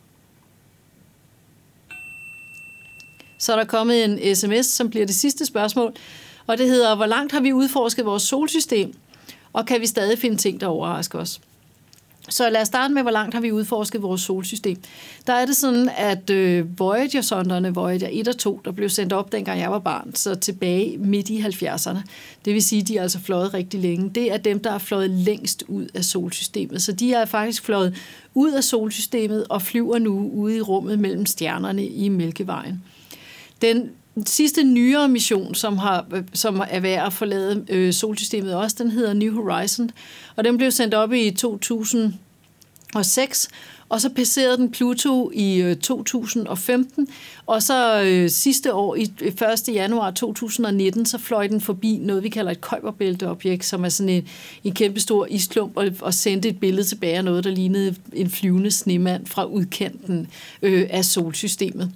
Så er der kommet en sms, som bliver det sidste spørgsmål, og det hedder, hvor langt har vi udforsket vores solsystem, og kan vi stadig finde ting, der overrasker os? Så lad os starte med, hvor langt har vi udforsket vores solsystem. Der er det sådan, at øh, Voyager-sonderne, Voyager et og to, der blev sendt op, dengang jeg var barn, så tilbage midt i halvfjerdserne. Det vil sige, at de er altså fløjet rigtig længe. Det er dem, der er fløjet længst ud af solsystemet. Så de er faktisk fløjet ud af solsystemet og flyver nu ude i rummet mellem stjernerne i Mælkevejen. Den sidste nyere mission, som, har, som er værd at forlade øh, solsystemet også, den hedder New Horizon, og den blev sendt op i to tusind og seks, og så passerede den Pluto i øh, to tusind og femten, og så øh, sidste år, i første januar to tusind og nitten, så fløj den forbi noget, vi kalder et Kuiperbælte-objekt, som er sådan en, en kæmpe stor isklump, og, og sendte et billede tilbage af noget, der lignede en flyvende snemand fra udkanten øh, af solsystemet.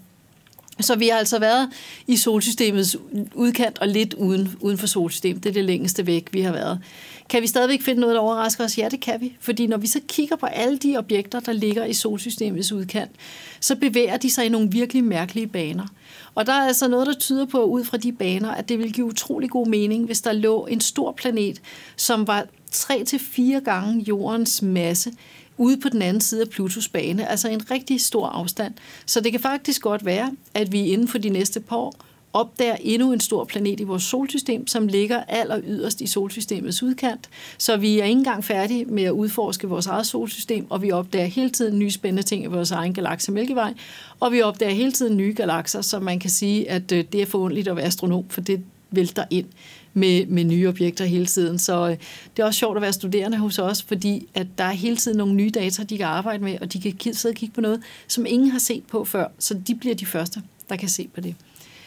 Så vi har altså været i solsystemets udkant og lidt uden, uden for solsystemet. Det er det længste væk, vi har været. Kan vi stadigvæk finde noget, der overrasker os? Ja, det kan vi. Fordi når vi så kigger på alle de objekter, der ligger i solsystemets udkant, så bevæger de sig i nogle virkelig mærkelige baner. Og der er altså noget, der tyder på, ud fra de baner, at det vil give utrolig god mening, hvis der lå en stor planet, som var tre til fire gange jordens masse, ude på den anden side af Plutos bane, altså en rigtig stor afstand. Så det kan faktisk godt være, at vi inden for de næste par år opdager endnu en stor planet i vores solsystem, som ligger aller yderst i solsystemets udkant. Så vi er ikke engang færdige med at udforske vores eget solsystem, og vi opdager hele tiden nye spændende ting i vores egen galakse Mælkevej, og vi opdager hele tiden nye galakser, så man kan sige, at det er forunderligt at være astronom, for det vælter ind med, med nye objekter hele tiden. Så øh, det er også sjovt at være studerende hos os, fordi at der er hele tiden nogle nye data, de kan arbejde med, og de kan sidde og kigge på noget, som ingen har set på før. Så de bliver de første, der kan se på det.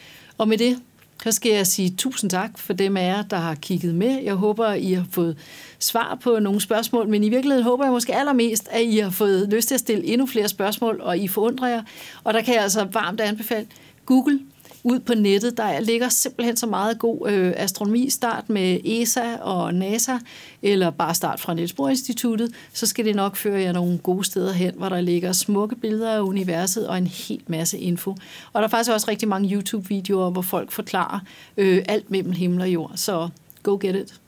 Og med det, så skal jeg sige tusind tak for dem af jer, der har kigget med. Jeg håber, I har fået svar på nogle spørgsmål, men i virkeligheden håber jeg måske allermest, at I har fået lyst til at stille endnu flere spørgsmål, og I forundrer jer. Og der kan jeg altså varmt anbefale Google. ud på nettet. Der ligger simpelthen så meget god øh, astronomi. Start med E S A og NASA, eller bare start fra Niels Bohr Instituttet, så skal det nok føre jer nogle gode steder hen, hvor der ligger smukke billeder af universet og en hel masse info. Og der er faktisk også rigtig mange YouTube-videoer, hvor folk forklarer øh, alt mellem himmel og jord. Så go get it.